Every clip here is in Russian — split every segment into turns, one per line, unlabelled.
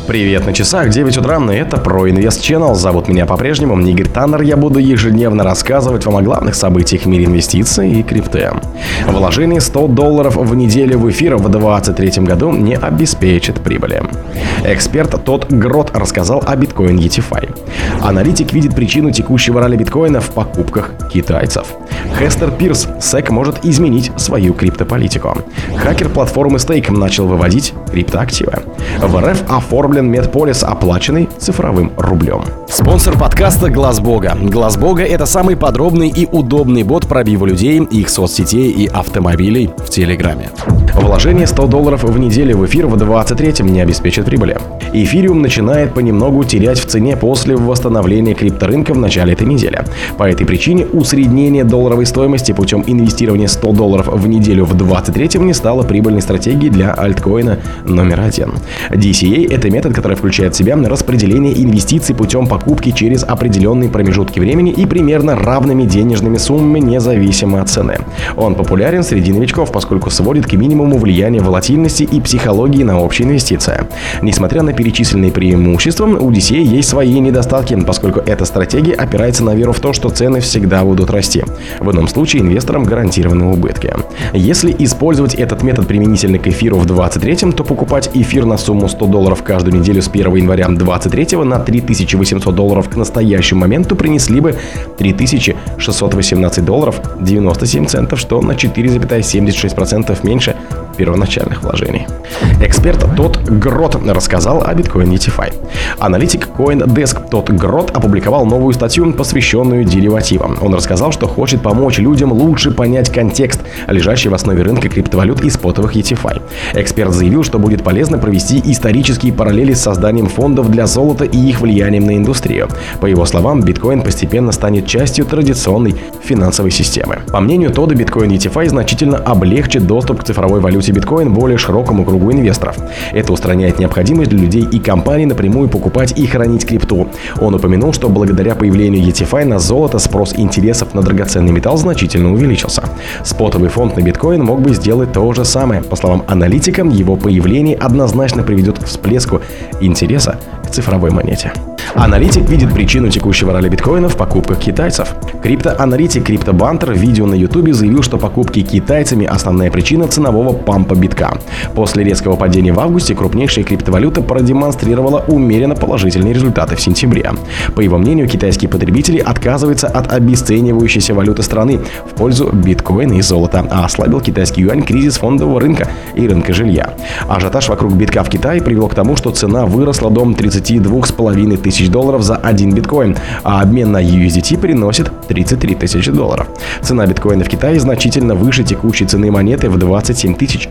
Привет, на часах 9 утра, это ProInvest Channel. Зовут меня по-прежнему Игорь Таннер. Я буду ежедневно рассказывать вам о главных событиях в мире инвестиций и крипты. Вложение $100 в неделю в эфир в 2023 году не обеспечит прибыли. Эксперт Тодд Грот рассказал о биткоин ETFi. Аналитик видит причину текущего ралли биткоина в покупках китайцев. Хестер Пирс: SEC может изменить свою криптополитику. Хакер платформы Stake начал выводить криптоактивы. В РФ оформлен медполис, оплаченный цифровым рублем. Спонсор подкаста — Глаз Бога. Глаз Бога — это самый подробный и удобный бот пробива людей, их соцсетей и автомобилей в Телеграме. Вложение $100 в неделю в эфир в 2023 не обеспечит прибыли. Эфириум начинает понемногу терять в цене после восстановления крипторынка в начале этой недели. По этой причине усреднение долларовой стоимости путем инвестирования $100 в неделю в 2023 не стало прибыльной стратегией для альткоина номер один. DCA — это метод, который включает в себя распределение инвестиций путем покупки через определенные промежутки времени и примерно равными денежными суммами независимо от цены. Он популярен среди новичков, поскольку сводит к минимуму влияние волатильности и психологии на общие инвестиции. Несмотря на перечисленные преимущества, у DCA есть свои недостатки, поскольку эта стратегия опирается на веру в то, что цены всегда будут расти. В ином случае инвесторам гарантированы убытки. Если использовать этот метод применительно к эфиру в 2023, то покупать эфир на сумму $100 каждую неделю с 1 января 2023 на $3800 к настоящему моменту принесли бы $3618.97, что на 4,76% меньше первоначальных вложений. Эксперт Тодд Грот рассказал о биткоин ETFi. Аналитик CoinDesk Тодд Грот опубликовал новую статью, посвященную деривативам. Он рассказал, что хочет помочь людям лучше понять контекст, лежащий в основе рынка криптовалют и спотовых ETFi. Эксперт заявил, что будет полезно провести исторические параллели с созданием фондов для золота и их влиянием на индустрию. По его словам, биткоин постепенно станет частью традиционной финансовой системы. По мнению Тодда, биткоин ETFi значительно облегчит доступ к цифровой валюте биткоин более широкому кругу инвесторов. Это устраняет необходимость для людей и компаний напрямую покупать и хранить крипту. Он упомянул, что благодаря появлению ETFi на золото спрос интересов на драгоценный металл значительно увеличился. Спотовый фонд на биткоин мог бы сделать то же самое. По словам аналитика, его появление однозначно приведет к всплеску интереса к цифровой монете. Аналитик видит причину текущего ралли биткоина в покупках китайцев. Криптоаналитик CryptoBunter в видео на YouTube заявил, что покупки китайцами – основная причина ценового пампа битка. После резкого падения в августе крупнейшая криптовалюта продемонстрировала умеренно положительные результаты в сентябре. По его мнению, китайские потребители отказываются от обесценивающейся валюты страны в пользу биткоина и золота, а ослабил китайский юань кризис фондового рынка и рынка жилья. Ажиотаж вокруг битка в Китае привел к тому, что цена выросла до 32,5 тысяч долларов за один биткоин, а обмен на USDT приносит 33 тысячи долларов. Цена биткоина в Китае значительно выше текущей цены монеты в 27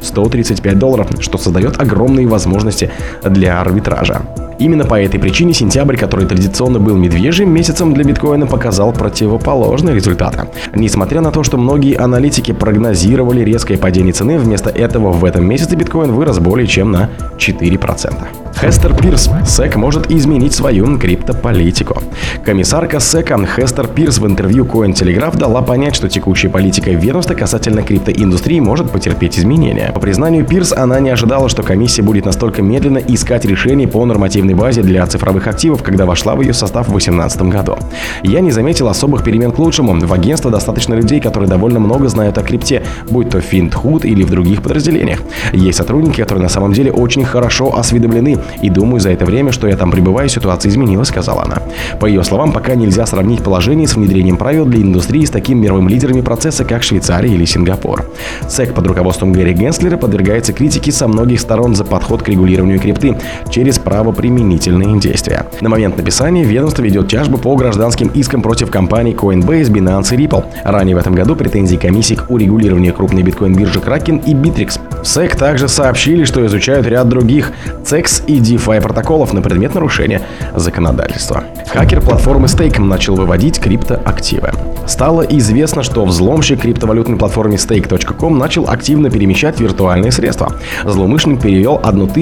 135 долларов, что создает огромные возможности для арбитража. Именно по этой причине сентябрь, который традиционно был медвежьим месяцем для биткоина, показал противоположные результаты. Несмотря на то, что многие аналитики прогнозировали резкое падение цены, вместо этого в этом месяце биткоин вырос более чем на 4%. Хестер Пирс: SEC может изменить свою криптополитику. Комиссарка SEC Хестер Пирс в интервью Cointelegraph дала понять, что текущая политика ведомства касательно криптоиндустрии может потерпеть изменения. По признанию Пирс, она не ожидала, что комиссия будет настолько медленно искать решения по нормативной базе для цифровых активов, когда вошла в ее состав в 2018 году. «Я не заметил особых перемен к лучшему. В агентстве достаточно людей, которые довольно много знают о крипте, будь то FintHood или в других подразделениях. Есть сотрудники, которые на самом деле очень хорошо осведомлены, и думаю, за это время, что я там пребываю, ситуация изменилась», — сказала она. По ее словам, пока нельзя сравнить положение с внедрением правил для индустрии с такими мировыми лидерами процесса, как Швейцария или Сингапур. SEC под руководством Гэри Генслера подвергается критике со многих сторон за подход к регулированию крипты через правоприменительные действия. На момент написания ведомство ведет тяжбу по гражданским искам против компаний Coinbase, Binance и Ripple. Ранее в этом году претензии комиссии к урегулированию крупной биткоин-биржи Kraken и Bittrex. В SEC также сообщили, что изучают ряд других CEX и DeFi протоколов на предмет нарушения законодательства. Хакер платформы Stake начал выводить криптоактивы. Стало известно, что взломщик криптовалютной платформы Stake.com начал активно перемещать виртуальные средства. Злоумышленник перевел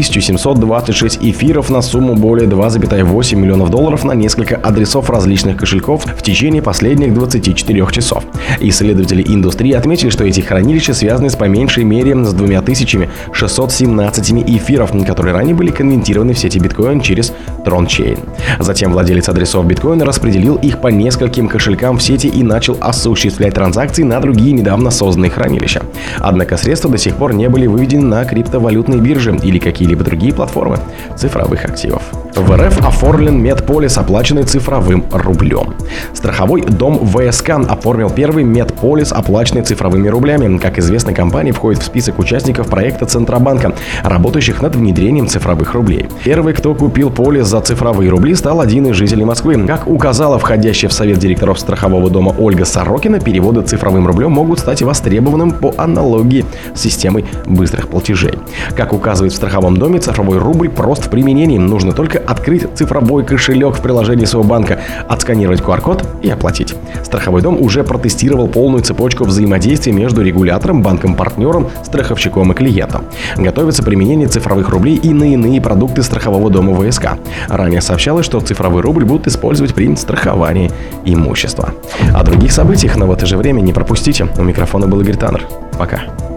1726 эфиров на сумму более 2,8 миллионов долларов на несколько адресов различных кошельков в течение последних 24 часов. Исследователи индустрии отметили, что эти хранилища связаны с по меньшей мере с 2617 эфиров, которые ранее были конвертированы имплементированы в сети биткоин через TronChain. Затем владелец адресов биткоина распределил их по нескольким кошелькам в сети и начал осуществлять транзакции на другие недавно созданные хранилища. Однако средства до сих пор не были выведены на криптовалютные биржи или какие-либо другие платформы цифровых активов. В РФ оформлен медполис, оплаченный цифровым рублем. Страховой дом ВСК оформил первый медполис, оплаченный цифровыми рублями. Как известно, компания входит в список участников проекта Центробанка, работающих над внедрением цифровых рублей. Первый, кто купил полис за цифровые рубли, стал один из жителей Москвы. Как указала входящая в совет директоров страхового дома Ольга Сорокина, переводы цифровым рублем могут стать востребованным по аналогии с системой быстрых платежей. Как указывает в страховом доме, цифровой рубль прост в применении. Нужно только открыть цифровой кошелек в приложении своего банка, отсканировать QR-код и оплатить. Страховой дом уже протестировал полную цепочку взаимодействия между регулятором, банком-партнером, страховщиком и клиентом. Готовится применение цифровых рублей и на иные продукты страхового дома ВСК. Ранее сообщалось, что цифровой рубль будут использовать при страховании имущества. О других событиях, но в это же время не пропустите. У микрофона был Игорь Таннер. Пока.